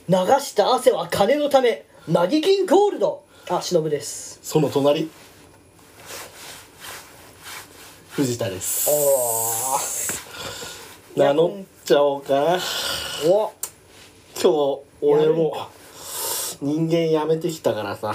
流した汗は金のため、ナギキンゴールド。あ、忍です。 その隣、藤田です。名乗っちゃおうかな。 お、 今日俺も人間やめてきたからさ。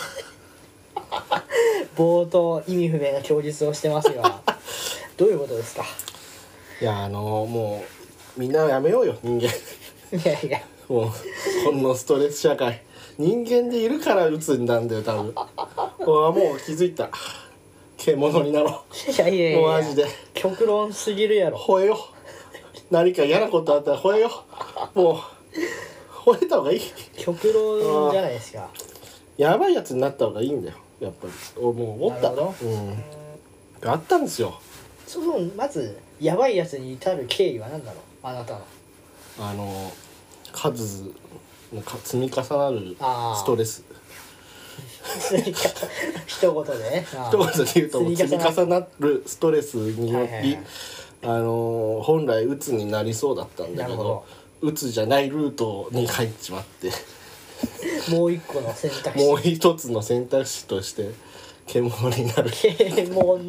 冒頭意味不明な供述をしてますがどういうことですか。 いやもうみんなやめようよ人間。 いやいや、 もうこのストレス社会、人間でいるから鬱なんだよ多分。俺はもう気づいた。獣になろう。 いやいやいや、 もうマジで極論すぎるやろ。 吠えよ。何か嫌なことあったら吠えよ。もう吠えた方がいい。 極論じゃないですか。 やばいやつになった方がいいんだよやっぱり。もう思った。 なるほあったんですよ。 そうまずやばいやつに至る経緯は何だろう、あなたの。 数の積み重なるストレス。 一言でね。 一言で言うと積み重なるストレスにより、本来鬱になりそうだったんだけど、鬱じゃないルートに入っちまってもう一個の選択肢、 もう一つの選択肢として獣になる。 獣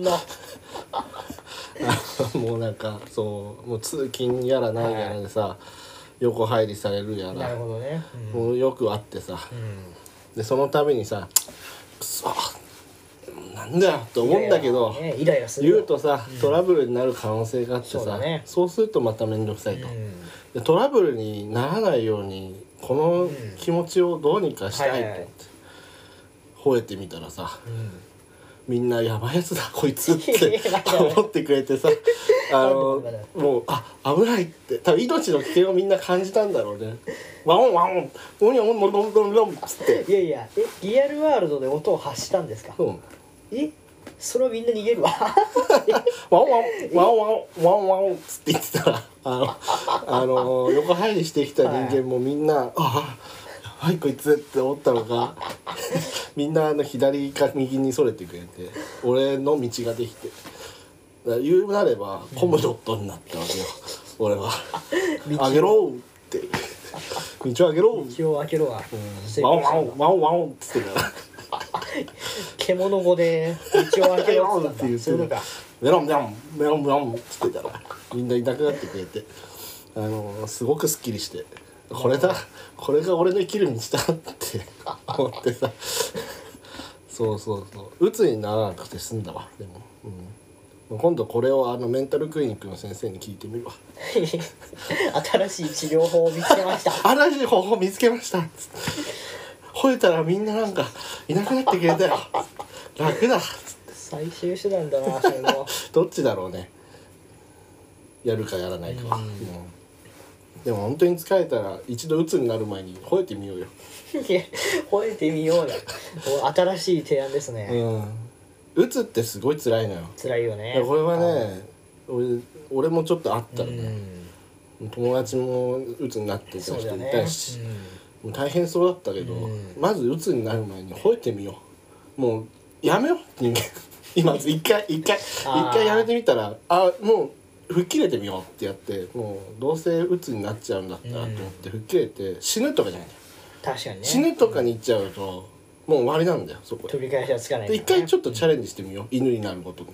もうなんかそうもう通勤やらないやらでさ、横入りされるやら。 なるほどね、 もうよくあってさ、でそのためにさ、くそなんだよと思うんだけど、 イライラする言うとさ、トラブルになる可能性があってさ、そうするとまた面倒くさいと、でトラブルにならないようにこの気持ちをどうにかしたいと思って吠えてみたらさ、みんなやばいやつだこいつって思ってくれてさ、もう危ないって多分命の危険をみんな感じたんだろうね。ワンワンオニョンロンロンロンロンっつって。 いやいや、リアルワールドで音を発したんですか。それをみんな逃げるわワンワンワンワンワンワンっつって言ってたら横入りしてきた人間もみんなやばいこいつって思ったのがみんな左か右にそれてくれて俺の道ができて、言うなればコムドットになったわけよ俺は。あげろって道をあげろ、 道を開けろわ、 ワンワンワンワンっつってたら獣語で道を開けろって言ってた。 メロンメロンメロンメロンっつってたらみんないなくなってくれて、すごくすっきりして、これが俺の生きる道だって思ってさそう鬱にならなくて済んだわ。でも、今度これをメンタルクリニックの先生に聞いてみるわ新しい治療法を見つけました新しい方法見つけましたっつって吠えたらみんななんかいなくなってくれたよ楽だっつって。 最終手段だなそれもどっちだろうね、やるかやらないかは。でも本当に疲れたら一度鬱になる前に吠えてみようよ吠えてみようだ。新しい提案ですね。 鬱ってすごい辛いのよ。 辛いよね。 これはね、俺もちょっとあったのね。友達も鬱になってた人いたし、もう大変そうだったけど、まず鬱になる前に吠えてみよう。もうやめよう人間今一回やめてみたらもう吹っ切れてみようってやって、もうどうせ鬱になっちゃうんだったらと思って吹っ切れて、死ぬとかじゃないんだよ。 確かにね。死ぬとかに行っちゃうともう終わりなんだよそこで。 取り返しはつかない、 で一回ちょっとチャレンジしてみよう、犬になることに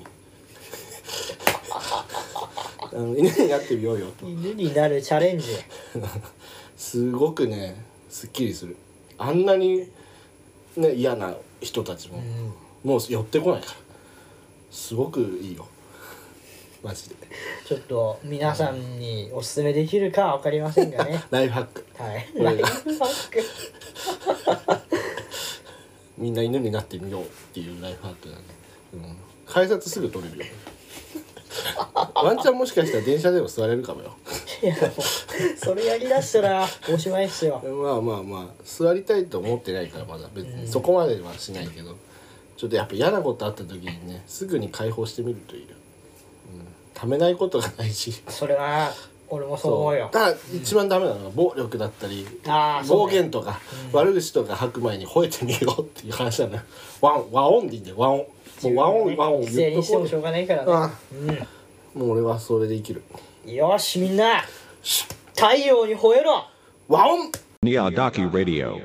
犬になってみようよと。 犬になるチャレンジすごくねすっきりする。あんなにね嫌な人たちも、もう寄ってこないからすごくいいよマジで。 ちょっと皆さんにおすすめできるかは分かりませんがねライフハック、 ライフハックみんな犬になってみようっていうライフハックだね。改札すぐ取れるよワンちゃんもしかしたら電車でも座れるかもよいやもうそれやりだしたらおしまいっすよまあ座りたいと思ってないからまだ別にそこまではしないけど、ちょっとやっぱ嫌なことあった時にねすぐに解放してみるといいよ。ためないことがないし。 それは俺もそう思うよ。 だから一番ダメなのは暴力だったり、暴言とか、悪口とか吐く前に吠えてみようっていう話なのよ。和音でいいんだよ。和音規制にしてもしょうがないからね。 もう俺はそれで生きる。 よしみんな太陽に吠えろ。 和音 Niyadaki Radio。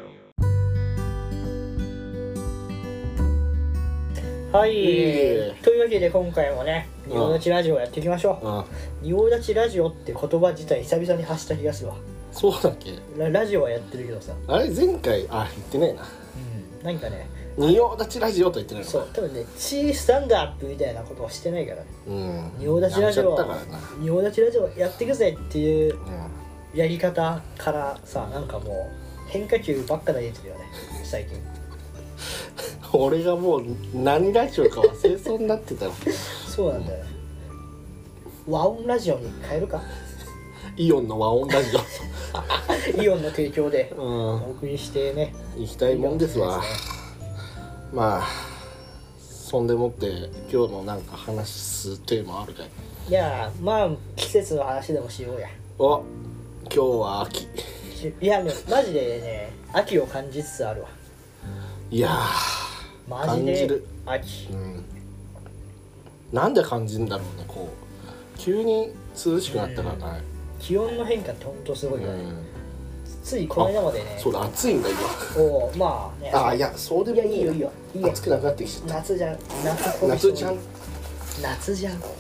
はい、というわけで今回もね、仁王立ちラジオやっていきましょう。仁王立ちラジオって言葉自体久々に発した気がするわ。 そうだっけ？ ラジオはやってるけどさ。 あれ前回言ってねえな。 なんかね、 仁王立ちラジオと言ってないの。 そう、多分ね、チースタンダップみたいなことはしてないからね。仁王立ちラジオ仁王立ちラジオやっていくぜっていうやり方からさ、なんかもう変化球ばっか投げてるよね、最近。 俺がもう何ラジオか忘れそうになってたよ。 そうなんだよね。和音ラジオに変えるか。 イオンの和音ラジオイオンの提供でお送りしてね、 行きたいもんですわ。まあそんでもって今日のなんか話すテーマあるかい？ いやまあ季節の話でもしようや。 お、今日は秋。 いやね、マジでね、秋を感じつつあるわ。 いやマジで秋、 なんで感じるんだろうね。こう急に涼しくなったからね、 気温の変化ってほんとすごいよね。ついこの間までね。 そうだ、暑いんだ今。 おお、まあね。 いや、そうでもいいよ。 いいよ暑くなくなってきちゃった。 夏じゃん。 夏じゃん。 夏じゃん。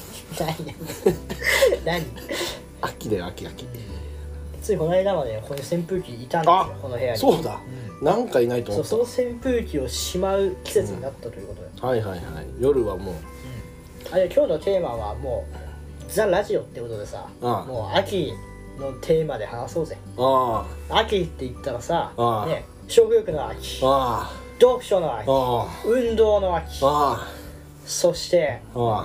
何？ 秋だよ、秋。 ついこの間までこの扇風機いたんですよ、この部屋に。 そうだ。なんかいないと思った。 その扇風機をしまう季節になったということで。 はい。夜はもう。 あれ、今日のテーマはもうザ・ラジオってことでさ、もう秋のテーマで話そうぜ。秋って言ったらさ、ね、食欲の秋、読書の秋、運動の秋、そして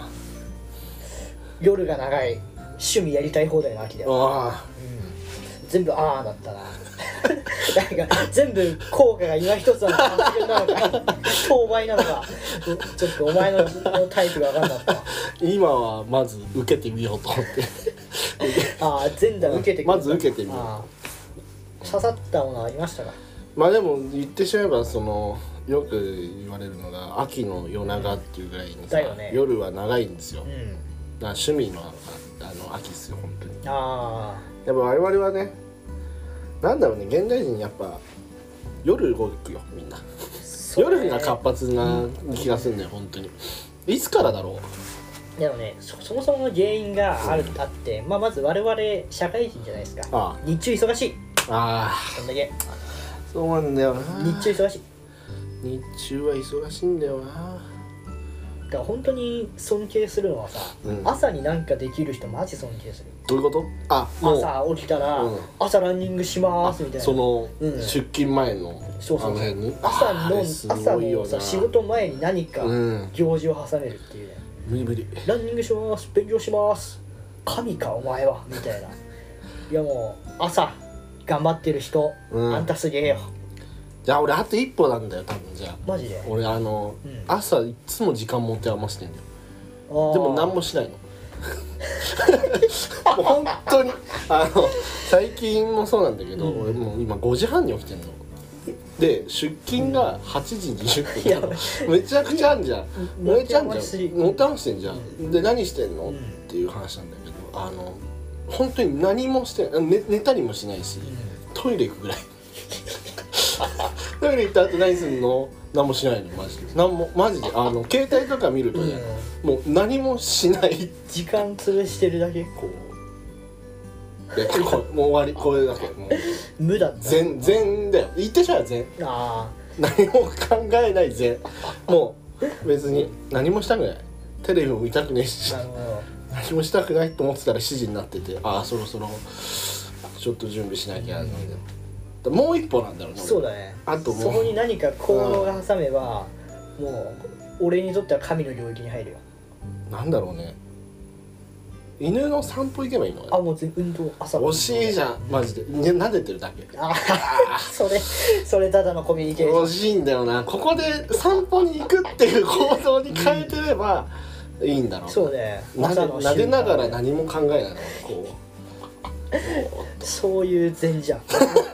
夜が長い趣味やりたい放題の秋だよ。全部だったな。なんか全部効果が今一つなのか抜群なのか当倍なのか、ちょっとお前のタイプが分かんなかった。 今はまず受けてみようと思って。 前段受けてまず受けてみよう。刺さったものありましたか？ まあでも言ってしまえばよく言われるのが秋の夜長っていうぐらいにさ、夜は長いんですよ。だから趣味の秋っすよ、本当に。やっぱ我々はね、なんだろうね、現代人やっぱ夜動くよ、みんな。夜が活発な気がするんだよ、本当に。いつからだろう。でもね、そもそもの原因があって、まず我々社会人じゃないですか。日中忙しい。そんだけ。 そうなんだよな。 日中忙しい。 日中は忙しいんだよな。 だから本当に尊敬するのはさ、朝になんかできる人マジ尊敬する。 どういうこと？ 朝起きたら、朝ランニングしますみたいな。 出勤前の朝の仕事前に何か行事を挟めるっていうね。 無理。 ランニングします、勉強します。神かお前はみたいな。いやもう朝頑張ってる人、あんたすげえよ。 じゃあ俺あと一歩なんだよ、多分。じゃあマジで俺朝いつも時間持て余してんだよ。でも何もしないの。もう本当に最近もそうなんだけど、俺もう今5時半に起きてんので、出勤が8時20分なの。めちゃくちゃあんじゃん。めちゃくちゃ持て余してんじゃん。で何してんのっていう話なんだけど、本当に何もしてない。寝たりもしないし、トイレ行くぐらい。トイレ行った後何すんの？何もしないの、マジで携帯とか見るとね、もう何もしない。 時間潰してるだけ。 こうでもう終わり、これだけ。もう無だった。 全だよ。言ってしまえば全。何も考えない全。もう別に何もしたくない。テレビも見たくねえし、何もしたくないと思ってたら7時になってて、そろそろちょっと準備しなきゃなんで。もう一歩なんだろうね。 そうだね。そこに何か行動が挟めば、もう俺にとっては神の領域に入るよ。 なんだろうね。犬の散歩行けばいいの？ もう運動、朝惜しいじゃん、マジで。撫でてるだけ。 それただのコミュニケーション。 惜しいんだよな。ここで散歩に行くっていう行動に変えてればいいんだろう。 そうね。 撫でながら何も考えないの。こう。そういう禅じゃん。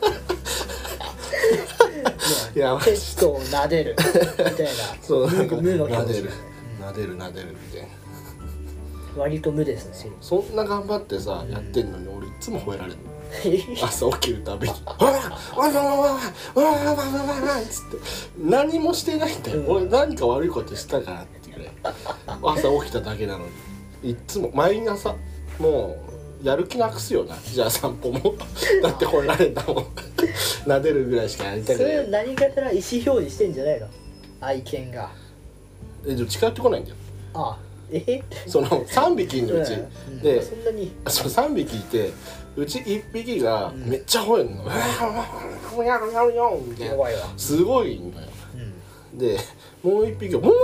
テストを撫でるみたいな。無の気持ち。 撫でるみたいな。 割と無ですね。 そんな頑張ってさ、やってんのに俺いつも吠えられるの。 朝起きるたびに「わらわらわらわらわらわら」っつって何もしてないんだよ、俺何か悪いことしたからっていうぐらい朝起きただけなのにいっつも毎朝もうやる気なくすよな。じゃあ散歩もだってこれ慣れたもん撫でるぐらいしかやりたくない。 それ何かしら意思表示してんじゃないの、愛犬が。 でも近寄ってこないんだよ。 ああ、 その3匹いるのうち、でそんなにそう3匹いて、うち1匹がめっちゃ吠えるの、みたいな、すごいのよ。でもう1匹が「って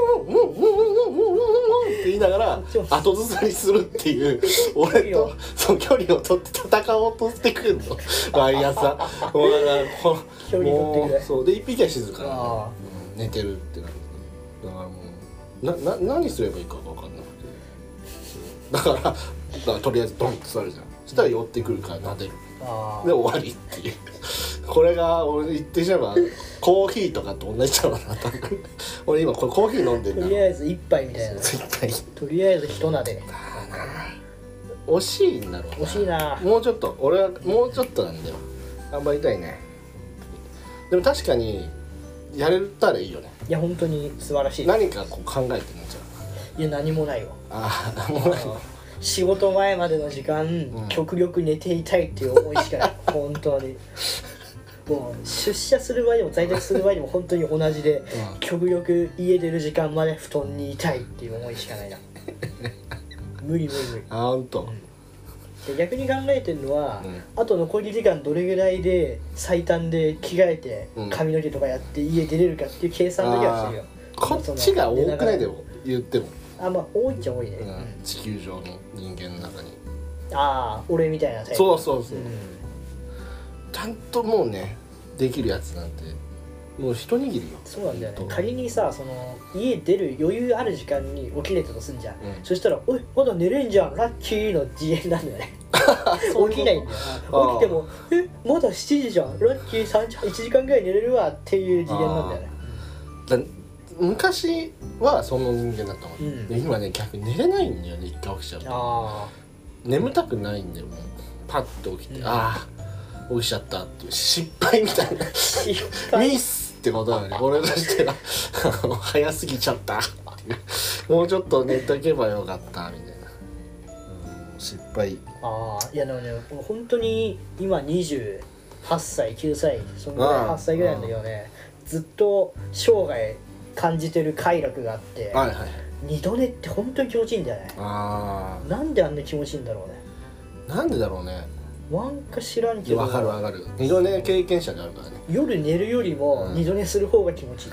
言いながら後ずさりするっていう俺とその距離を取って戦おうとしてくるの毎朝。もうそうで1匹は静かな、寝てるってなる。だからもう何すればいいか分かんなくて、だからとりあえずドンと座るじゃん。そしたら寄ってくるから撫でるで終わりっていう。これが俺言ってしまえばコーヒーとかと同じだろうな多分。俺今これコーヒー飲んでるとりあえず一杯みたいな。とりあえず一撫で。 惜しいんだろうな。 惜しいな。 もうちょっと俺はもうちょっとなんだよ。頑張りたいね。でも確かにやれたらいいよね。 いや本当に素晴らしい。 何かこう考えてみちゃう。いや何もないわ。 もう仕事前までの時間、極力寝ていたいっていう思いしかない本当に。もう出社する場合でも在宅する場合でも本当に同じで、極力家出る時間まで布団にいたいっていう思いしかないな。無理。 本当。 で逆に考えてるのは、あと残り時間どれぐらいで最短で着替えて髪の毛とかやって家出れるかっていう計算だけはしてるよ。 こっちが多くないでも言っても。 まあ多いっちゃ多いね。 地球上の人間の中に。 俺みたいなタイプ。 そう。ちゃんともうねできるやつなんてもう一握りよ。 そうなんだよね。仮にさその家出る余裕ある時間に起きれたとすんじゃん、そしたら「おいまだ寝れんじゃんラッキー」の次元なんだよね。起きないんだよ。起きても「まだ7時じゃんラッキー1時間ぐらい寝れるわ」っていう次元なんだよね。 昔はその人間だったもん、今ね逆に寝れないんだよね。一回起きちゃうと眠たくないんだよ。もうパッと起きて起きちゃったっていう失敗みたいなミスってことだね。俺としては早すぎちゃったっていうもうちょっと寝とけばよかったみたいな、失敗。 いやでもね本当に今28歳9歳そのぐらい8歳ぐらいなんだけどね、ずっと生涯感じてる快楽があって、二度寝って本当に気持ちいいんだよね。なんであんな気持ちいいんだろうね。 なんでだろうね。 なんか知らんけど。 わかる。二度寝経験者であるからね。 夜寝るよりも二度寝する方が気持ちいい。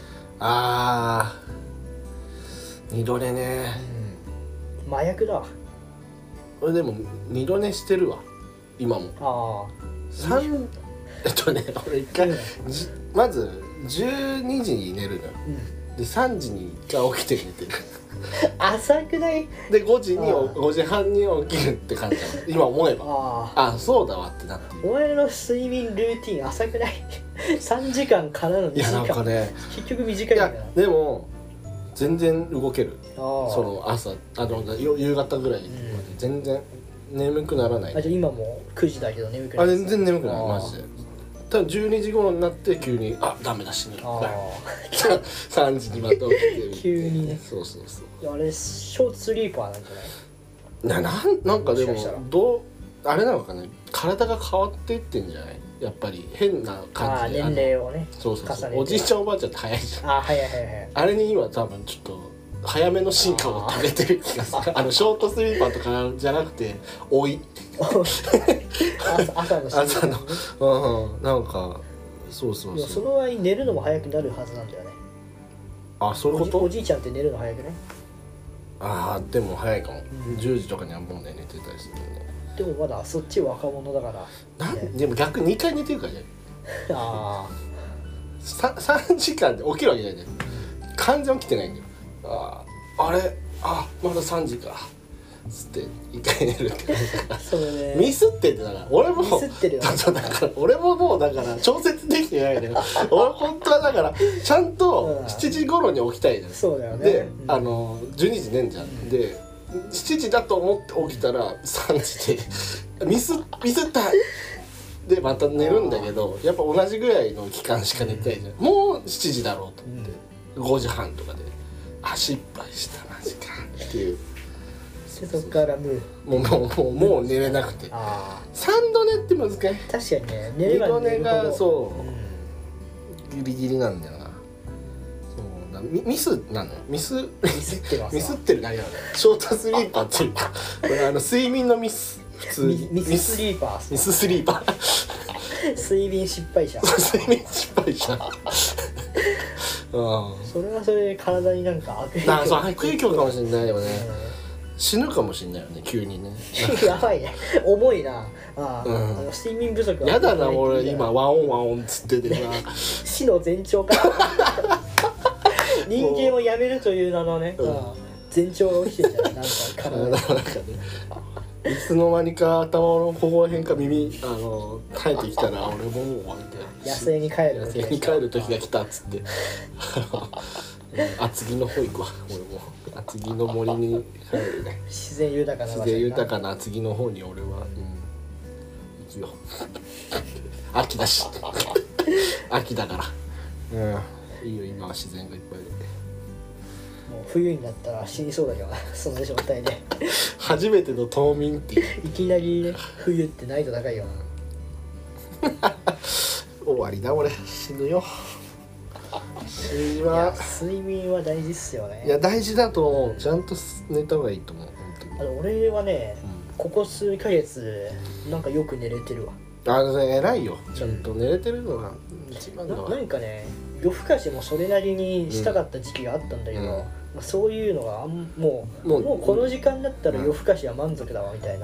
二度寝ね、 麻薬だわ。 俺でも二度寝してるわ今も。俺一回まず12時に寝るのよ、で3時に一回起きて寝てる。 浅くない？ で5時半に起きるって感じだ今思えば。そうだわってなってお前の睡眠ルーティン浅くない？3時間からの2時間。いやなんかね結局短いんだよ。 でも全然動ける。その朝夕方ぐらいまで全然眠くならない。 じゃあ今も9時だけど眠くない？ 全然眠くないマジで。ただ12時頃になって急にダメだしね。3時にまた起きて急にね。 そうあれショートスリーパーなんじゃない？ なんかでもあれなのかね、体が変わっていってんじゃない？やっぱり変な感じで年齢をねそうおじいちゃんおばあちゃんって早いじゃん。 早いあれに今多分ちょっと早めの進化を遂げてる気がする。ショートスリーパーとかじゃなくて老い朝のなんかそうその場合寝るのも早くなるはずなんだよね。 そういうこと？ おじいちゃんって寝るの早くね。 でも早いかも、10時とかにはもうね寝てたりするよね。 でもまだそっち若者だから、 でも逆に2回寝てるからね。3時間で起きるわけじゃないんだよ。完全起きてないんだよ。あれまだ3時かつって1回寝るってそうね。 ミスってんだから俺もミスってるよね。 だから俺ももうだから調節できてないんだよ。俺本当はだからちゃんと7時頃に起きたいのよ。 そうだよね。 で12時寝んじゃん、で7時だと思って起きたら3時でミスったでまた寝るんだけど、やっぱ同じぐらいの期間しか寝てないじゃん。もう7時だろうと思って、5時半とかで失敗したマジかっていう。 でそっからもう寝れなくて。3度寝って難しい。 確かにね、寝れば寝るほど。2度寝がそうギリギリなんだよな。そうだ、ミスなの？ミスってます。ミスってるだけなの。ショートスリーパーっていうか、これ睡眠のミス。普通にミススリーパー。 ミススリーパー。睡眠失敗者。 睡眠失敗者。 それはそれで体になんか悪影響。 悪影響かもしれないよね。死ぬかもしれないよね、急にね。 やばいね、重いな。睡眠不足はやだな、俺今ワオンワオンっつっててさ死の前兆か人間をやめるという名のね、前兆が起きてるじゃない、なんか体の中で。 いつの間にか頭のここら辺か耳生えてきたら俺ももう終わり野生に帰る時が来たっつって厚木の方行くわ。俺も厚木の森に帰るね。 自然豊かな自然豊かな厚木の方に俺は、行くよ秋だし秋だから、いいよ、今は自然がいっぱいで。 もう冬になったら死にそうだけどな、その状態で初めての冬眠っていきなり、ね、冬って難易度高いよ終わりだ、俺死ぬよ。 睡眠は大事っすよね。 いや大事だと思う。ちゃんと寝た方がいいと思う。本当に。 俺はね、ここ数ヶ月なんかよく寝れてるわ。 偉いよ。ちゃんと寝れてるのが一番だわ。 なんかね、夜更かしもそれなりにしたかった時期があったんだけど、そういうのがもうこの時間だったら夜更かしは満足だわみたいな。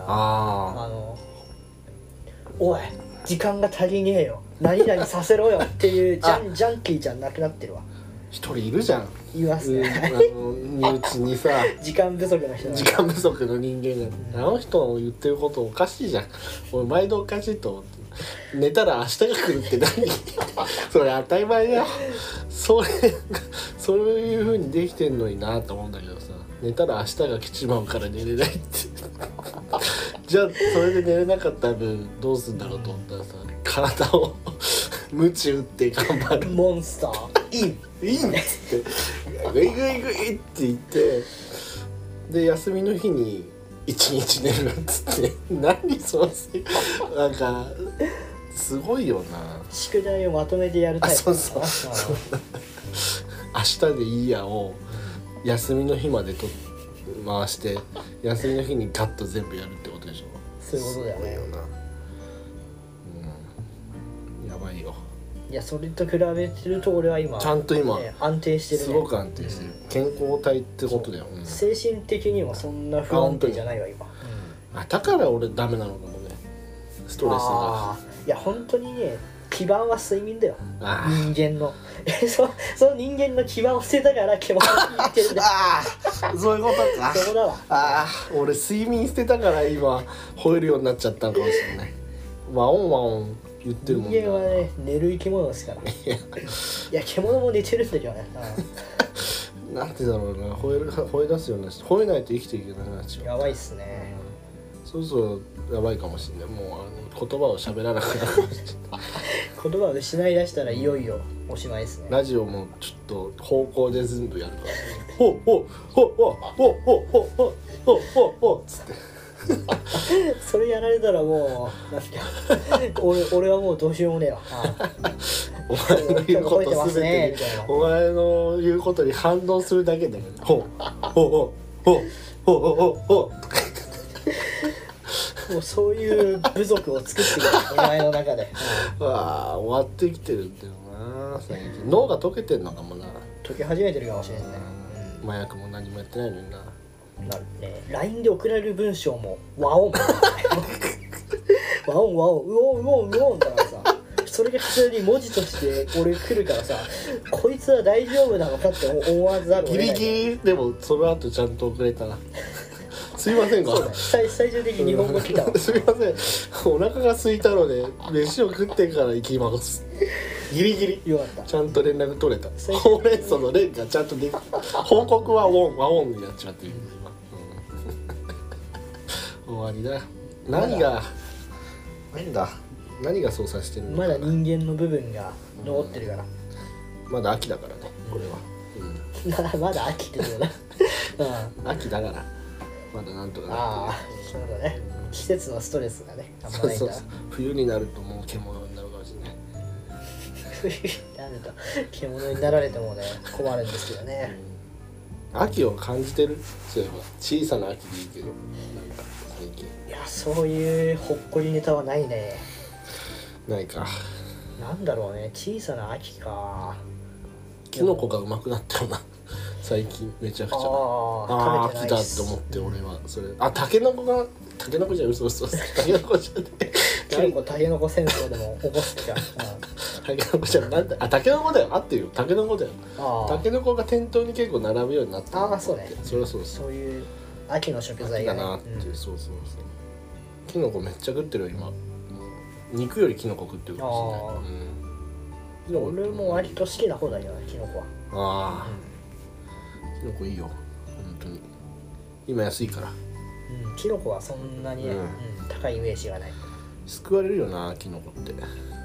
おい、時間が足りねえよ、何々させろよっていうジャンキーじゃなくなってるわ。 一人いるじゃん。 いますね。 身内にさ、 時間不足の人。 時間不足の人間が、あの人の言ってることおかしいじゃん。俺毎度おかしいと思って。寝たら明日が来るって何？それ当たり前だよ。そういう風にできてんのになと思うんだけどさ、寝たら明日が来ちまうから寝れないってじゃあそれで寝れなかった分どうすんだろうと思ったらさ、体を鞭打って頑張る。 モンスターいいっつってグイグイグイって言って、で休みの日に一日寝るっつって何そのなんかすごいよな。 宿題をまとめてやるタイプ。 そう明日でいいやを休みの日まで回して休みの日にガッと全部やるってことでしょ。 そういうことだよね。 すごいよな。やばいよ。 いや、それと比べてると俺は今ちゃんと今、 安定してるね。 すごく安定してる、健康体ってことだよ、 精神的にはそんな不安定じゃないわ今。 だから俺ダメなのかもね、ストレスが。 いや本当にね、基盤は睡眠だよ、人間のその人間の基盤を捨てたから獣に言ってるんだよ。 そういうことか。 そうだわ。 俺睡眠捨てたから今吠えるようになっちゃったのかもしれない。ワオンワオン言ってるもんな。 人間はね、寝る生き物ですから。いや獣も寝てるんだけどね。 なんてだろうな、吠え出すような、吠えないと生きていけなくなっちゃう。 やばいっすね。 そうそうやばいかもしれない。もう言葉を喋らなくなるかもしれない。 言葉を失い出したらいよいよおしまいですね。 ラジオもちょっと方向で全部やるから、ね、ほっほっほっほっほっほっほっほっほっほっほっつってそれやられたらもうなんか俺はもうどうしようもねえよ。 お前の言うことすべてに、お前の言うことに反応するだけだけど、ほっほっほっほっほっほっほっとかもうそういう部族を作ってくるお前の中で。 わあ、終わってきてるんだよな最近。脳が溶けてんのかもな。 溶け始めてるかもしれんね。 麻薬も何もやってないのにな。 LINE で送られる文章もワオンワオンワオンウオンウオンウオンだからさ、それが普通に文字として俺来るからさ、こいつは大丈夫なのかって思わざるを得ない。 ギリギリでもその後ちゃんと送れたな。すいませんが、 最終的に日本語来たわ。 すいません、お腹が空いたので飯を食ってから行きます。ギリギリよかった。 ちゃんと連絡取れた。ほうれん草の連がちゃんとできた。報告は和音になっちゃってる今、終わりだ。何だ何が操作してるのまだ人間の部分が残ってるから、 まだ秋だからねこれは、 まだ秋ってことだ秋だからまだなんとかなってる。 ああそうだね、季節のストレスがねあんまないんだ。 そう冬になるともう獣になるかもしれない。 冬になると獣になられてもね困るんですけどね、 秋を感じてる。そういえば小さな秋でいいけど、なんか最近いやそういうほっこりネタはないね。 ないか。 なんだろうね、小さな秋か。 キノコがうまくなったよな最近めちゃくちゃ。 あ秋だって思って俺はそれ。タケノコじゃ嘘タケノコじゃねキノコタケノコ戦争でも起こす気がタケノコじゃなんだタケノコだよ、合ってるよ、タケノコだよ。タケノコが店頭に結構並ぶようになった。 そうね、 そういう秋の食材がねだなっていう、そうキノコめっちゃ食ってるよ今。肉よりキノコ食ってるかもしれない。 俺も割と好きな方だけどねキノコは。 キノコいいよ本当に。今安いから。 キノコはそんなにね、高いイメージがない。 救われるよなキノコって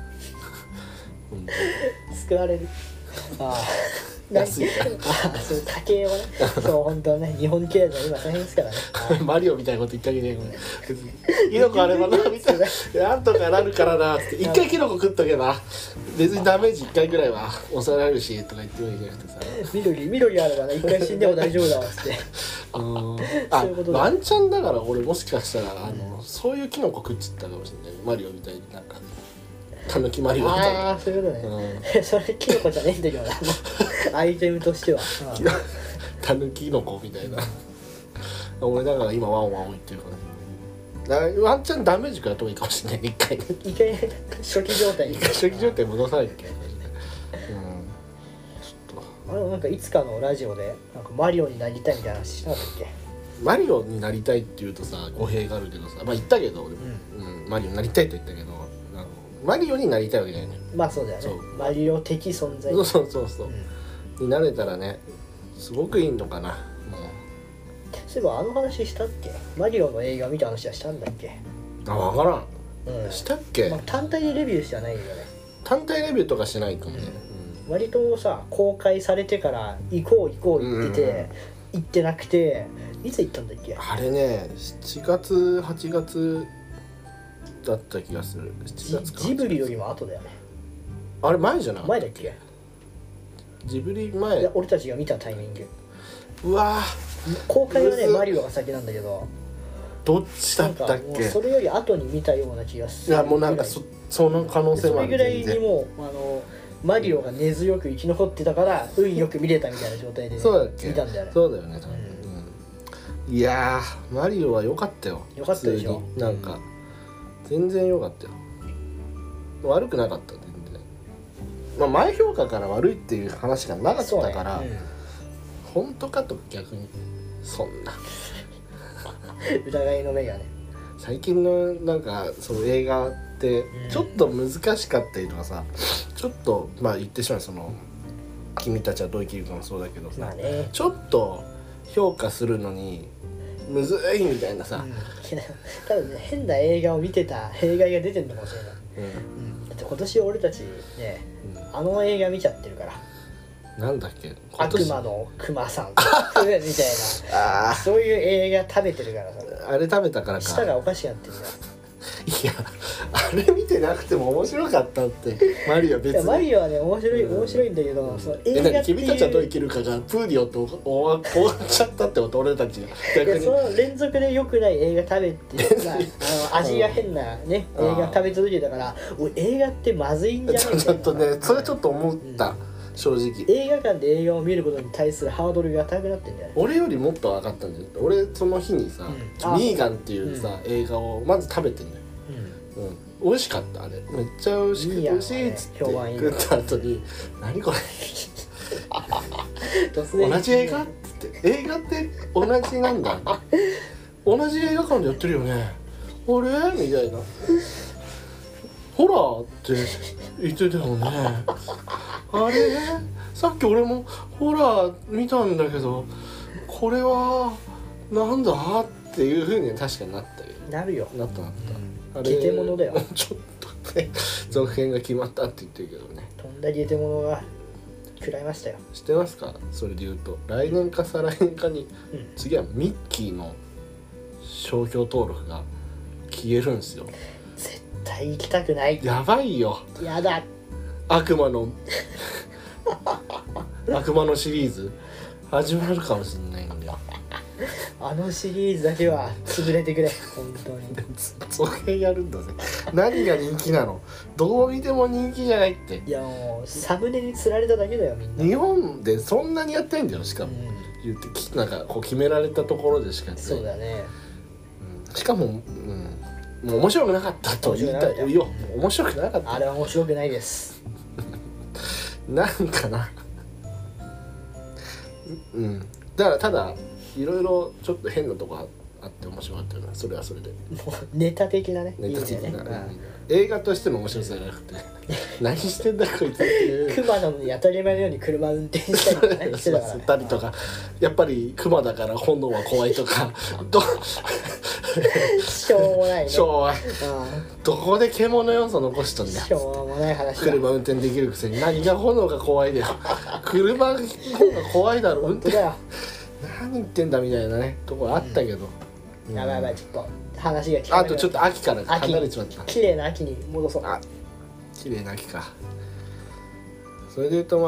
救われる。 安いからそう家計をねそう本当ね日本経済今大変ですからねマリオみたいなこと言ってあげてキノコあればなみたいななんとかなるからなって一回キノコ食っとけば別にダメージ1回ぐらいは抑えられるしとか言ってもいいじゃなくてさ、 緑あればね一回死んでも大丈夫だわってワンチャンだから俺もしかしたらそういうキノコ食っちゃったかもしれないマリオみたいになんかタヌキマリオみたいな。 そういうことね、それキノコじゃねえんだけどなアイテムとしてはタヌキノコみたいな俺だから今ワンワン言ってるからワンチャンダメージ食らった方がいいかもしれない一回初期状態に戻さないといけないなんかいつかのラジオでなんかマリオになりたいみたいな話しなかったっけ。 マリオになりたいって言うとさ語弊があるけどさ言ったけど俺も、マリオになりたいと言ったけどマリオになりたいわけじゃないの。 そうだよね。マリオ的存在。 そう、になれたらねすごくいいのかな。 そういえば話したっけ。マリオの映画見た話はしたんだっけ。 分からん、したっけ。 単体でレビューしてはないよね。 単体レビューとかしないかもね、 割とさ公開されてから行こう言ってて、行ってなくていつ行ったんだっけ。 あれね7月8月だった気がする。7月か。 ジブリよりも後だよね。 あれ前じゃない。 前だっけ。 ジブリ前。 俺たちが見たタイミング。 うわ公開はねマリオが先なんだけど。 どっちだったっけ。 それより後に見たような気がする。 いやもうなんかその可能性もある。 それぐらいにもうマリオが根強く生き残ってたから運よく見れたみたいな状態で、ね、見たんだよね。 そうだよね。いやマリオは良かったよ。 良かったでしょ。 なんか。全然良かったよ。悪くなかった全然。前評価から悪いっていう話がなかったから、本当かと逆にそんな疑いの目がね。 最近のなんかその映画ってちょっと難しかったりとかさ、ちょっと言ってしまうその君たちはどう生きるかもそうだけどさ、ちょっと評価するのにむずいみたいなさ、 多分ね変な映画を見てた弊害が出てるのかもしれない、だって今年俺たちね、あの映画見ちゃってるから。 なんだっけ、 悪魔のクマさんみたいなそういう映画食べてるからさ。 あれ食べたからか舌がおかしくなってるから。 いやあれ見てなくても面白かったってマリオ別に。 マリオはね面白いんだけど、その映画っていう君たちはどう生きるかがプーディオって終わっちゃったってこと俺たち逆に。その連続で良くない映画食べて味が変なね映画食べ続けたから映画ってまずいんじゃないかな。 ちょっとねそれちょっと思った、正直映画館で映画を見ることに対するハードルが高くなってんじゃない。 俺よりもっと分かったんだよ。俺その日にさ、ミーガンっていうさ、映画をまず食べてんだよ。美味しかったあれ。めっちゃ美味しくて美味しいっつって食った後に何これ同じ映画っつって映画って同じなんだ同じ映画館でやってるよねあれみたいな。ホラーって言ってたよねあれさっき俺もホラー見たんだけどこれはなんだっていう風に確かになったよ。 なるよ。 なった、 ゲテモノだよちょっと続編が決まったって言ってるけどね。 とんだゲテモノが食らいましたよ。 知ってますか？それで言うと来年か再来年かに、次はミッキーの商標登録が消えるんですよ。 絶対行きたくない。 やばいよ。 やだ。 悪魔のシリーズ始まるかもしれないんだよ。 あのシリーズだけは潰れてくれ本当に。 続編やるんだぜ。何が人気なの？どう見ても人気じゃないって。 いやもうサムネに釣られただけだよみんな。 日本でそんなにやってないんだよ。しかも、言ってなんかこう決められたところでしかやってない。 そうだね、 しかも、もう面白くなかったと言いたいよ。面白くなかった。 あれは面白くないですなんかなだからただいろいろちょっと変なとこあって面白かったよね。それはそれでもうネタ的なね。 ネタ的な、映画としての面白さじゃなくて何してんだこいつっていう熊なのに当たり前のように車運転したりとかねしてたからね。 たりとかやっぱり熊だから炎は怖いとかしょうもないね。 しょうもない。どこで獣要素残しとんだよ。 しょうもない話だ。 車運転できるくせに何が炎が怖いだよ。車の方が怖いだろ。 本当だよ。 何言ってんだみたいなねとこあったけど、 やばいやばい、ちょっと話が聞かない。 あとちょっと秋から離れちまった。 綺麗な秋に戻そう。 綺麗な秋か。それで言うと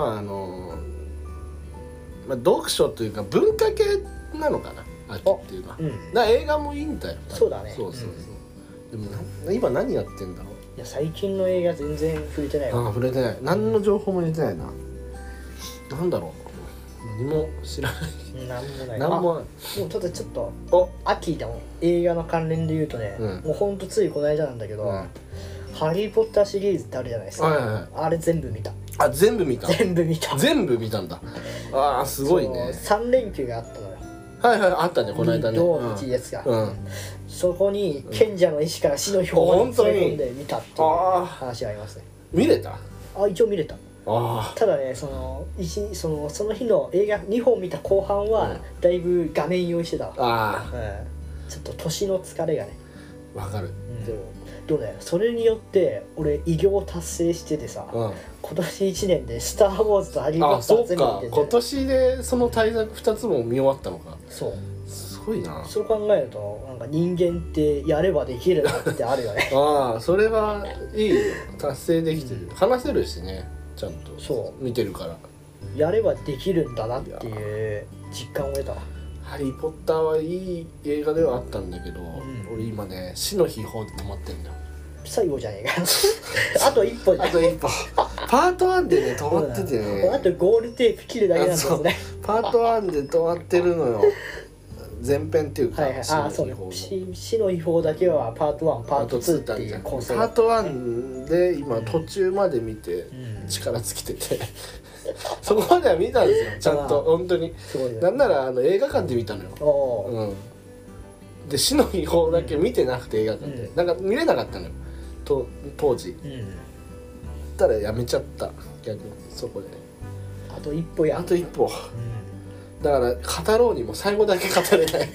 読書というか文化系なのかな秋っていうのは。だから映画もいいんだよ。 そうだね。 そうでも今何やってんだろう。 いや最近の映画全然触れてないわ。 触れてない。何の情報も入れてないな。なんだろう。何も知らない。 なんもない。 なんもない。 もうちょっと秋でも映画の関連で言うとね、もうほんとついこの間なんだけど、ハリーポッターシリーズってあるじゃないですか。あれ全部見た。 全部見た。 全部見た。 全部見たんだ。すごいね。 3連休があったのよ。 あったねこの間ね。 土日ですが。そこに賢者の石から死の秘宝を連れ込んで見たっていう話がありますね。 見れた？ 一応見れた。ただねその日の映画2本見た後半はだいぶ画面用意してたわ。ちょっと年の疲れがね。 わかる。 でもねそれによって俺偉業を達成しててさ、今年1年で「スター・ウォーズ」と「ハリー・ポッター」全部見てて、 今年でその大作2つも見終わったのか。 そうすごいな。 そう考えるとなんか人間ってやればできるなってあるよね。 それはいいよ。達成できてる。話せるしねちゃんと。そう見てるからやればできるんだなっていう実感を得たわ。 ハリー・ポッターはいい映画ではあったんだけど、俺今ね死の秘宝で止まってんだよ。 最後じゃねえか。あと一歩じゃん。 あと一歩。パート1でね止まっててね。 あとゴールテープ切るだけなんですね。 パート1で止まってるのよ。前編っていうか。 そうね。死の秘宝だけはパート1パート2っていう構成。 パート1で今途中まで見て力尽きてて。そこまでは見たんですよちゃんと本当に。なんなら映画館で見たのよ。で死の秘宝だけ見てなくて映画館でなんか見れなかったのよ当時。たらやめちゃった逆にそこで。 あと一歩や。 あと一歩。だから語ろうにも最後だけ語れない。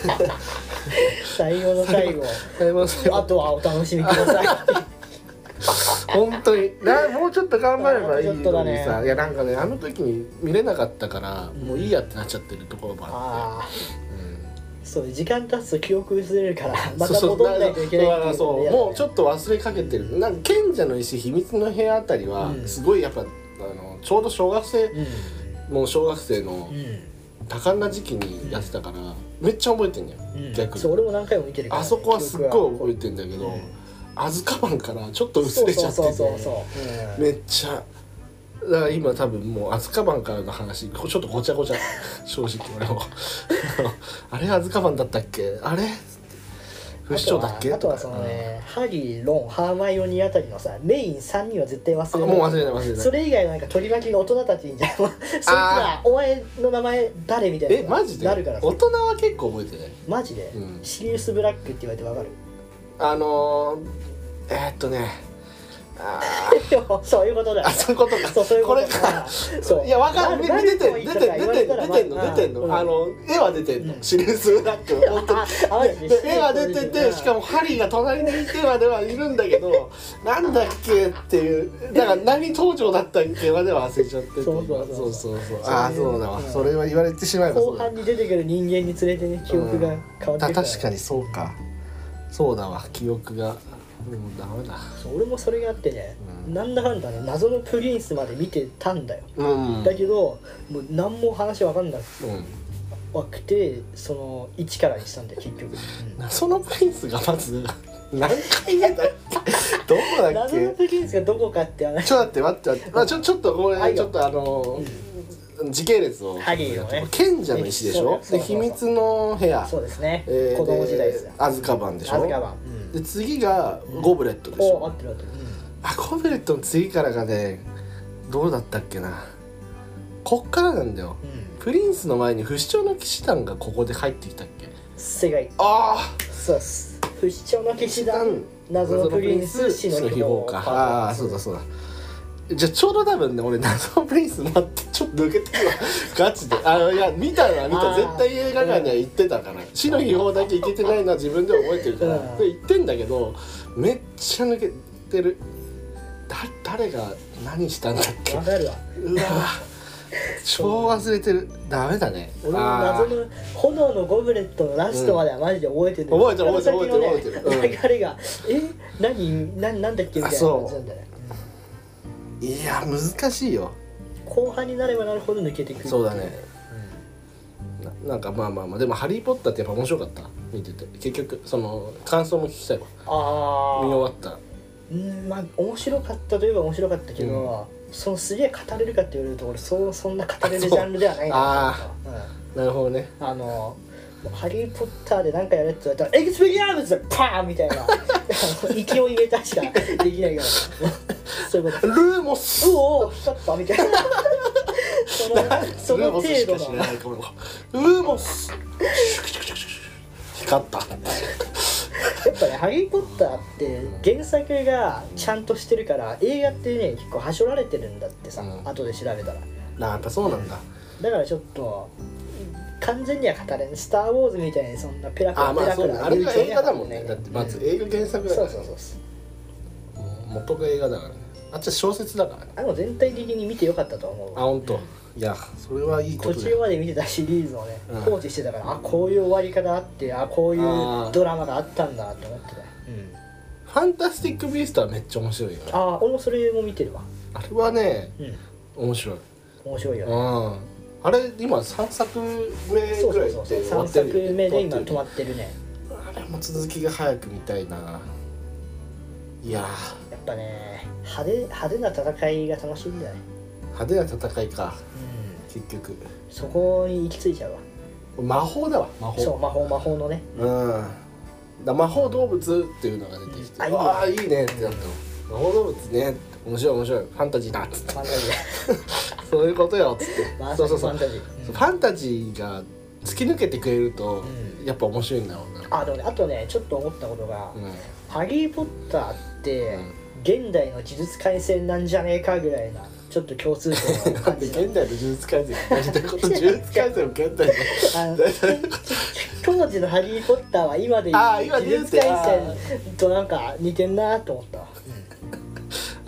最後の最後。あとはお楽しみください。 本当にもうちょっと頑張ればいいのにさ。いやなんかねあの時に見れなかったからもういいやってなっちゃってるところもあって。 そう時間経つと記憶薄れるからまた戻らないといけないっていう。 もうちょっと忘れかけてる。なんか賢者の石秘密の部屋あたりはすごいやっぱちょうど小学生の多感な時期にやってたからめっちゃ覚えてんだよ。逆に俺も何回も見てるから。 あそこはすっごい覚えてんだけどアズカバンからちょっと薄れちゃっててめっちゃ。だから今多分もうアズカバンからの話ちょっとごちゃごちゃ正直俺もあれアズカバンだったっけあれ不死鳥だっけ。 あとはそのねハリー・ロン・ハーマイオニーあたりのさメイン3人は絶対忘れない。 もう忘れない。 それ以外のなんか取り巻きが大人たちにじゃん。そいつらお前の名前誰みたいなマジでなるから大人は結構覚えてない。 マジでシリウス・ブラックって言われてわかる？ そういうことだよ。 あ、そういうことか。そういうことか。そう。いや、わかる。出てんの。絵は出てんの。シリウス・ブラックの本当に。絵は出てて、しかもハリーが隣にいてまではいるんだけど、なんだっけっていう。だから何登場だったっけまでは忘れちゃってて。そう。ああ、そうだわ。それは言われてしまえば。 後半に出てくる人間につれてね、記憶が変わってくる。 確かにそうか。そうだわ、記憶が。ダメだ。 俺もそれがあってね、なんだかんだね、謎のプリンスまで見てたんだよ。だけどもう何も話分かんなくて、その1からにしたんだよ結局。 謎のプリンスがまず何回目だっけどこだっけ。 謎のプリンスがどこかって話。 ちょっと待って、ちょっとこれちょっと時系列を。 ハリーのね、 賢者の石でしょ。で秘密の部屋。 そうですね。子供時代ですよ。 アズカバンでしょ。 アズカバン。 で次がゴブレットでしょ。 合ってる。 ゴブレットの次からがね、どうだったっけな。こっからなんだよ。プリンスの前に不死鳥の騎士団がここで入ってきたっけ。 正解。 ああ、 そうっす。不死鳥の騎士団、謎のプリンス、死の秘宝か。 ああ、そうだ。じゃあちょうど多分ね、俺謎のプリンス待ってちょっと抜けてるわガチで。いや見た絶対映画館には行ってたから。死の秘宝だけ行けてないのは自分でも覚えてるから行ってんだけど、めっちゃ抜けてる。誰が何したんだっけ。 わかるわ。 うわ超忘れてる。ダメだね。 俺も謎の炎のゴブレットのラストまではマジで覚えてる。 覚えてる。 流れがなんだっけみたいな感じなんだね。 いや難しいよ。 後半になればなるほど抜けてくる。 そうだね。なんかまあでもハリーポッターってやっぱ面白かった。見てて結局その感想も聞きたいわ。見終わった。 まあ面白かったといえば面白かったけど、そのすげえ語れるかって言われると俺そんな語れるジャンルではないな。 なるほどね。 ハリー・ポッターで何かやれって言われたらエクスペリアムズでパーンみたいな勢い入れたしかできないからそういうこと。ルーモス光ったみたいなその程度のルーモス光ったやっぱね、ハリー・ポッターって原作がちゃんとしてるから映画ってね結構はしょられてるんだってさ、後で調べたら。 やっぱそうなんだ。 だからちょっと完全には語れない。スター・ウォーズみたいにそんなペラペラあれが映画だもんね。だってまず映画原作だから。そう元が映画だからね。あっちは小説だからね。 も全体的に見てよかったと思う。 本当。いやそれはいいこと途中まで見てたシリーズをね放置してたから、こういう終わり方あって、こういうドラマがあったんだと思ってた。 ファンタスティック・ビーストはめっちゃ面白いよね。 俺もそれも見てるわ。 あれはね面白いよね。あれ今3作目ぐらいで終わってる。3 作目で今止まってるね。 あれも続きが早く見たいな。いややっぱね派手な戦いが楽しいんだよね。 派手な戦いか。結局そこに行き着いちゃうわ。 魔法だわ。 そう魔法のね。 魔法動物っていうのが出てきて、いいねってなったの。魔法動物ね、面白いファンタジーだっつって。そういうことよっつって。そうファンタジーが突き抜けてくれるとやっぱ面白いんだろうな。 でもね、あとねちょっと思ったことが、ハリー・ポッターって現代の呪術廻戦なんじゃねえかぐらいなちょっと共通点を感じた。 現代の呪術廻戦呪術廻戦を現代の当時のハリー・ポッターは今で言う呪術廻戦となんか似てんなと思った。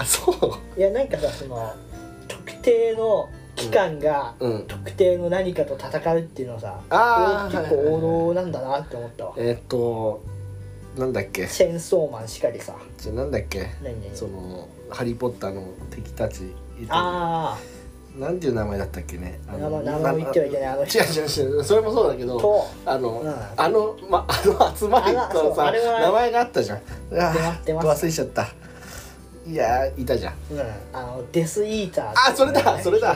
そういやなんかさ、その特定の機関が特定の何かと戦うっていうのはさ、結構王道なんだなって思ったわ。 なんだっけ、 チェンソーマンしかりさ。 なんだっけ、そのハリー・ポッターの敵たちなんていう名前だったっけね。 名前言ってはいけない。 違うそれもそうだけど、集まりとさ名前があったじゃん。忘れちゃった。いやいたじゃん。 デスイーター。 それだそれだ。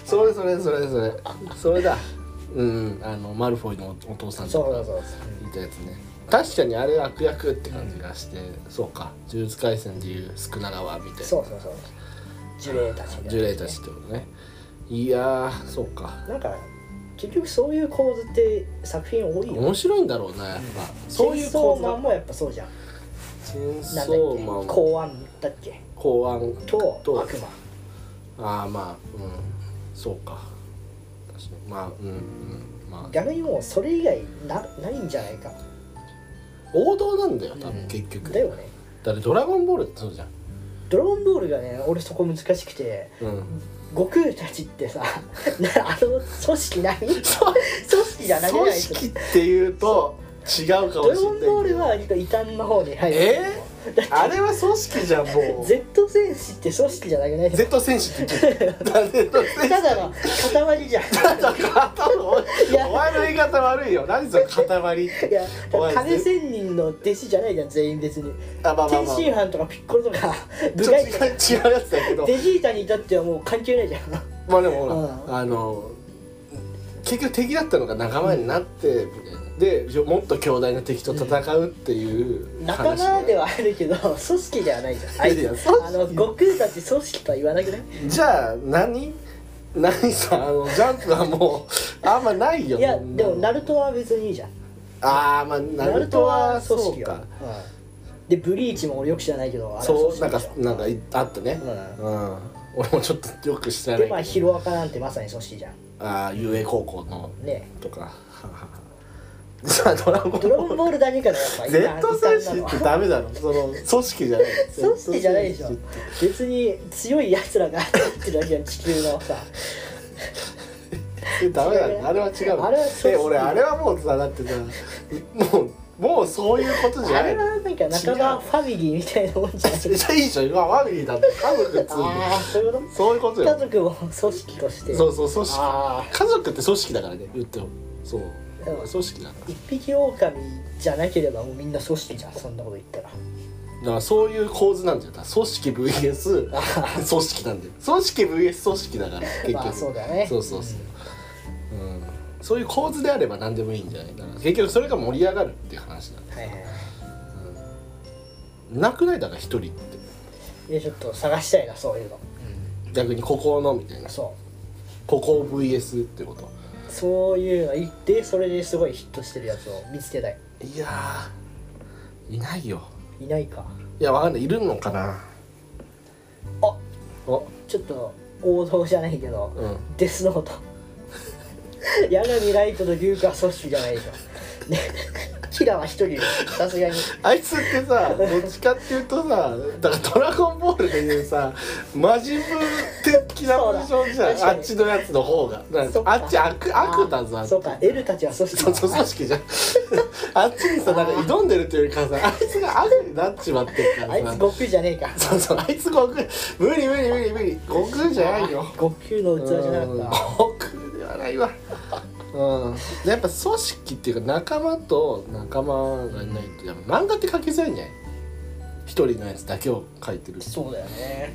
マルフォイのお父さんとかいたやつね。確かにあれ悪役って感じがして、そうか、呪術廻戦でいう宿儺川みたいな。 そう呪霊たちってことね。いやそうか。 なんか結局そういう構図って作品多いよ。 面白いんだろうなやっぱ。 そういう構図。チェンソーマンもやっぱそうじゃん。 チェンソーマン公安だっけ。 公安と悪魔。 ああまあそうか確かにまあまあ逆にもうそれ以外ないんじゃないか。 王道なんだよ多分結局。 だよね。 だってドラゴンボールってそうじゃん。 ドラゴンボールがね俺そこ難しくて、悟空たちってさあの組織何組織じゃない組織っていうと違うかもしれない。ドラゴンボールは割と異端の方に入る。 あれは組織じゃんもう。 Z 戦士って組織じゃなくない？ Z 戦士って言ってる。 ただの塊じゃん。 お前の言い方悪いよ。何それ塊って。 いや金仙人の弟子じゃないじゃん全員別に。天津飯とかピッコロとか部外違うやつだけど。 ベジータに至ってはもう関係ないじゃん。 まあでもほら結局敵だったのが仲間になってでもっと強大な敵と戦うっていう仲間ではあるけど組織ではないじゃん。悟空たち組織とは言わなくない？ じゃあ何さジャンプはもうあんまないよ。 いやでもナルトは別にいいじゃん。 ああまあナルトは組織よ。でブリーチも俺よく知らないけどそうなんかあったね。俺もちょっとよく知らない。 でまあヒロアカなんてまさに組織じゃん。 ああ遊泳高校のねとか。さあドラゴンボールだけかなやっぱ。 Z 戦士ってダメだろ。その組織じゃない。 組織じゃないでしょ。別に強い奴らが入ってるだけじゃん地球のさ。 ダメだね。あれは違う。俺あれはもうさだってさもうそういうことじゃない。 あれはなんか半ばファミリーみたいなもんじゃない。 いいじゃんファミリーだって家族っつうの。そういうことよ。 家族も組織として。 そう組織。家族って組織だからね言ってもそう。組織だから一匹狼じゃなければもうみんな組織じゃんそんなこと言ったら。 だからそういう構図なんだよ。組織 VS 組織なんだよ。組織 VS 組織だから結局。 まあそうだね。 そうそういう構図であれば何でもいいんじゃない。だから結局それが盛り上がるっていう話なんだ。なくないだから一人って。 ちょっと探したいなそういうの。 逆にここのみたいな。ここ VS ってこと。 そういうの言ってそれですごいヒットしてるやつを見つけたい。 いやいないよ。 いないか。 いやわかんない。いるのかな。 ちょっと王道じゃないけど、デスノート。柳ライトと龍は組織じゃないでしょ。ねキラは一人さすがに。 あいつってさどっちかっていうとさだからドラゴンボールでいうさ魔人ブ的なポジションじゃん。あっちのやつの方があっち悪だぞ。 そうかエルたちは組織。 そう組織じゃん。あっちにさなんか挑んでるというかさあいつが悪になっちまってるからさ。 あいつ悟空じゃねえか。 そうあいつ悟空無理悟空じゃないよ。 悟空の器じゃなかった。 悟空ではないわ。やっぱ組織っていうか仲間と仲間がいないとやっぱ漫画って描きづらいんじゃない？一人のやつだけを描いてる。 そうだよね。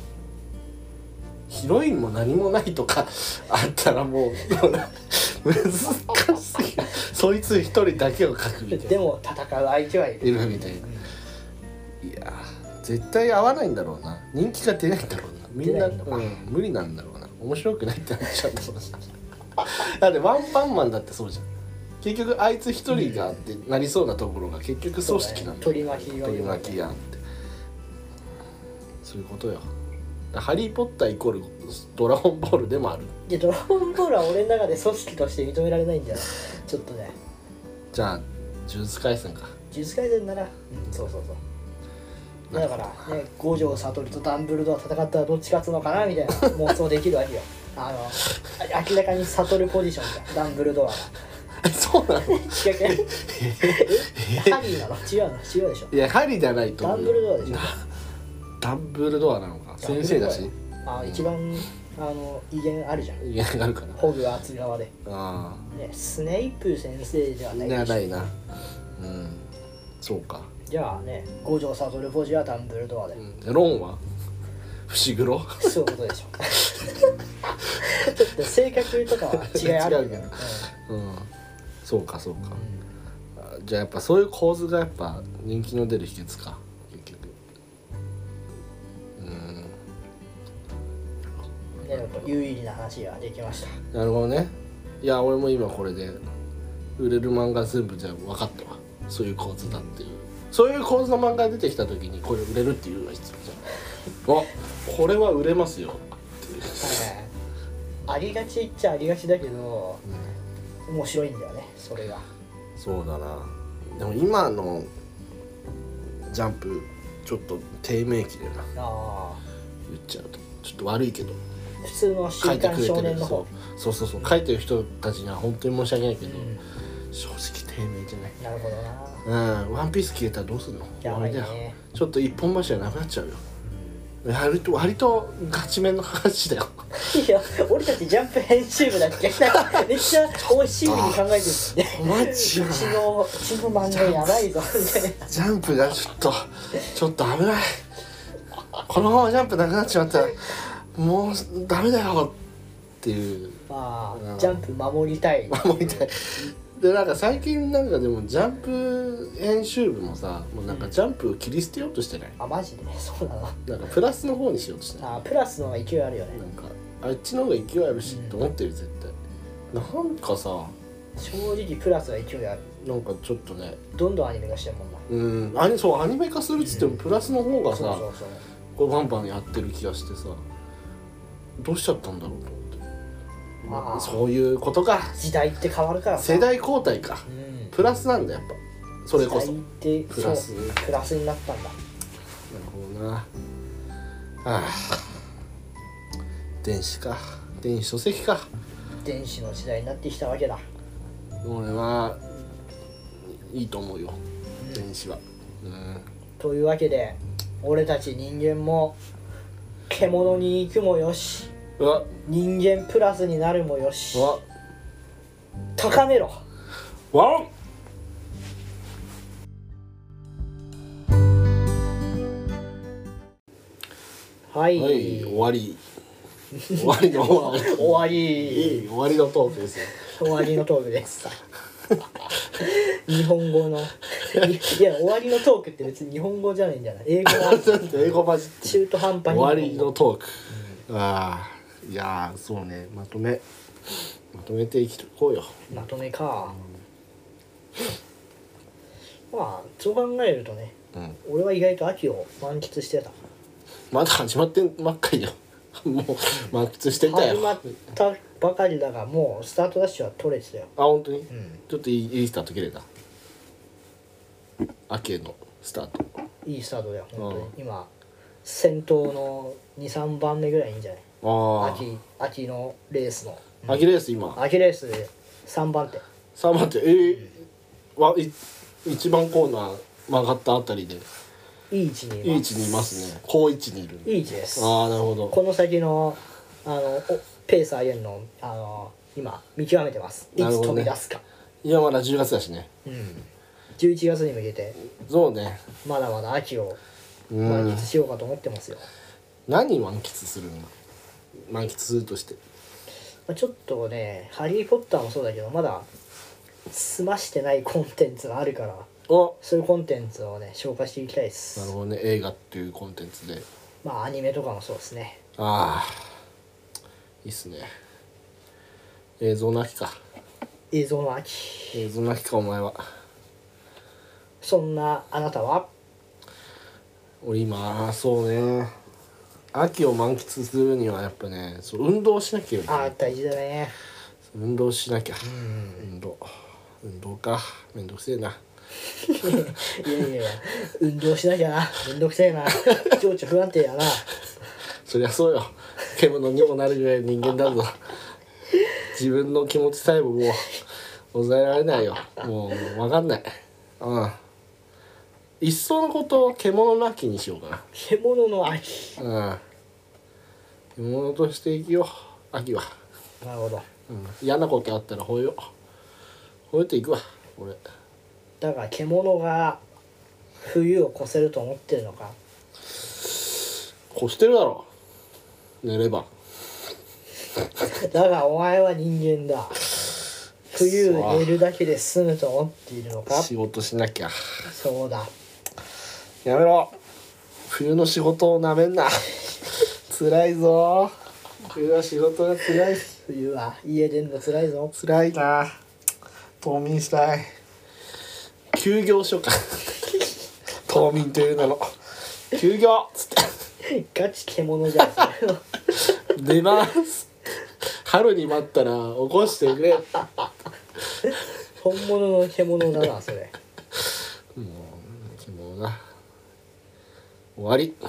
ヒロインも何もないとかあったらもう難しすぎる。そいつ一人だけを描くみたいな。 でも戦う相手はいるみたいな。いや絶対合わないんだろうな。人気が出ないんだろうな。みんな無理なんだろうな。面白くないってなっちゃうんだろうな。だってワンパンマンだってそうじゃん。結局あいつ一人がってなりそうなところが結局組織なんだ。 取り巻きやんってそういうことよ。ハリーポッターイコールドラゴンボールでもある。 いやドラゴンボールは俺の中で組織として認められないんだよ。ちょっとね。 じゃあ呪術廻戦か。 呪術廻戦ならそうだからね五条悟とダンブルドア戦ったらどっち勝つのかなみたいな妄想できるわけよ。明らかに悟ポジションじゃんダンブルドアが。 そうなの？ 違うハリーなの？違うでしょ。 いやハリーじゃないと思う。 ダンブルドアでしょ。 ダンブルドアなのか。先生だし。 一番威厳あるじゃん。 威厳あるかな。 ホグワーツ側で。スネイプ先生じゃないでしょ。 ないな。そうか。 じゃあね五条悟ポジはダンブルドアで。 ロンは伏黒？ そういうことでしょ。ちょっと性格とかは違いあるけど。 そうか。じゃあやっぱそういう構図がやっぱ人気の出る秘訣か結局。 有意義な話ができました。 なるほどね。いや俺も今これで売れる漫画全部じゃあ分かったわ。そういう構図だっていう。そういう構図の漫画が出てきた時にこれ売れるっていうのが必要じゃん。 これは売れますよって、 ありがちっちゃありがちだけど、面白いんだよねそれが。 そうだな。でも今のジャンプちょっと低迷期でな、言っちゃうとちょっと悪いけど、 普通の週刊少年の方、 そう書いてる人たちには本当に申し訳ないけど、正直低迷じゃない。 なるほどな。ワンピース消えたらどうすんの。 やばいね。 ちょっと一本柱なくなっちゃうよ。割とガチめの話だよ。 いや、俺たちジャンプ編集部だっけ。めっちゃ美味しい風に考えてるんだよね。 マジうちの漫画やばいぞみたいな。 ジャンプがちょっと危ない。このままジャンプなくなっちまったらもうダメだよっていう。 ジャンプ守りたい。 でなんか最近なんかでもジャンプ編集部もさ、もうなんかジャンプを切り捨てようとしてない。 マジでそうなの。 なんかプラスの方にしようとしてない。 プラスの方が勢いあるよね。 なんかあっちの方が勢いあるし、と思ってる絶対。なんかさ、 正直プラスは勢いある。 なんかちょっとね、 どんどんアニメ化してるもんな。 アニメ化するっつってもプラスの方がさ、こうバンバンやってる気がしてさ、どうしちゃったんだろうと思って。そういうことか。 時代って変わるからさ。世代交代か。プラスなんだやっぱ。それこそ。 プラスになったんだ。なるほどな。電子書籍か。 電子の時代になってきたわけだ。 俺はいいと思うよ、電子は。 というわけで俺たち人間も獣に行くもよし、人間プラスになるもよし、高めろ。 ワン。 はい、 終わりのトークですよ。 終わりのトークです日本語のいや終わりのトークって別に日本語じゃないんじゃない。英語混じって中途半端に終わりのトーク。いやそうね、まとめていこうよ。 まとめか。そう考えるとね、俺は意外と秋を満喫してた。 まだ始まってばっかりよ。もう満喫してたよ。 始まったばかりだが、もうスタートダッシュは取れてたよ。 本当に、ちょっといいスタート切れた。秋へのスタートいいスタートだよ本当に。今先頭の 2,3 番目ぐらいいいんじゃない。秋のレースの秋レースで 3番手 1番コーナー曲がったあたりでいい位置にいますね。好位置にいる。 いい位置です。 なるほど。 この先のペース上げるの今見極めてます。いつ飛び出すか。 今まだ10月だしね。 11月に向けてそうね、 まだまだ秋を満喫しようかと思ってますよ。 何満喫するの？満喫するとしてちょっとね、ハリーポッターもそうだけどまだ済ましてないコンテンツがあるから、そういうコンテンツをね紹介していきたいです。 なるほどね。映画っていうコンテンツでアニメとかもそうですね。 いいっすね。映像の秋か。 映像の秋か。お前は。 そんなあなたは？ 俺今そうね、秋を満喫するにはやっぱね、運動しなきゃいけない。 大事だね。 運動しなきゃ。運動か。めんどくせえな。 いや運動しなきゃな。めんどくせえな。情緒不安定やな。 そりゃそうよ。獣にもなるぐらい人間だぞ。自分の気持ちさえももう抑えられないよ。もう分かんない。いっそのことを獣の秋にしようかな。 獣の秋。 獣として生きよう。秋は。 なるほど。 嫌なことあったら吠えていくわ俺。 だから獣が冬を越せると思ってるのか。 越してるだろ。寝れば。 だがお前は人間だ。冬寝るだけで済むと思っているのか。 仕事しなきゃ。 そうだ。 やめろ。冬の仕事をなめんな。辛いぞ。冬は仕事が辛い。 冬は家出んの辛いぞ。 辛いな。冬眠したい。休業しようか。冬眠という名の休業っつって。 ガチ獣じゃん出ます春に待ったら起こしてくれ本物の獣だなそれ。 もう獣だ。終わり。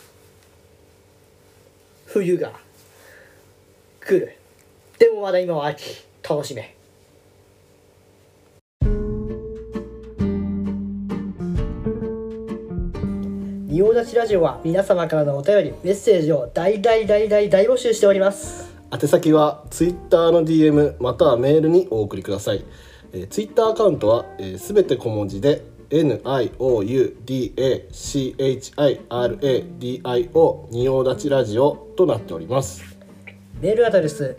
冬が来る。でもまだ今は秋。楽しめ。仁王立ちラジオは皆様からのお便りメッセージを大募集しております。 宛先は Twitter の DM またはメールにお送りください。Twitter アカウントはすべて小文字で NIOUDACHIRADIO 仁王立ちラジオとなっております。 メールアドレス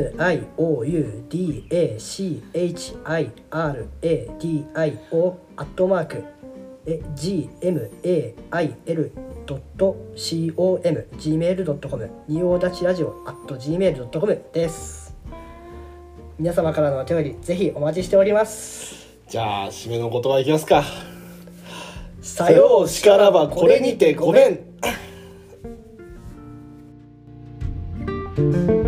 NIOUDACHIRADIO@gmail.com仁王立ちラジオ @gmail.com です。皆様からのお便りぜひお待ちしております。 じゃあ締めの言葉いきますか。 さようしからばこれにてごめん。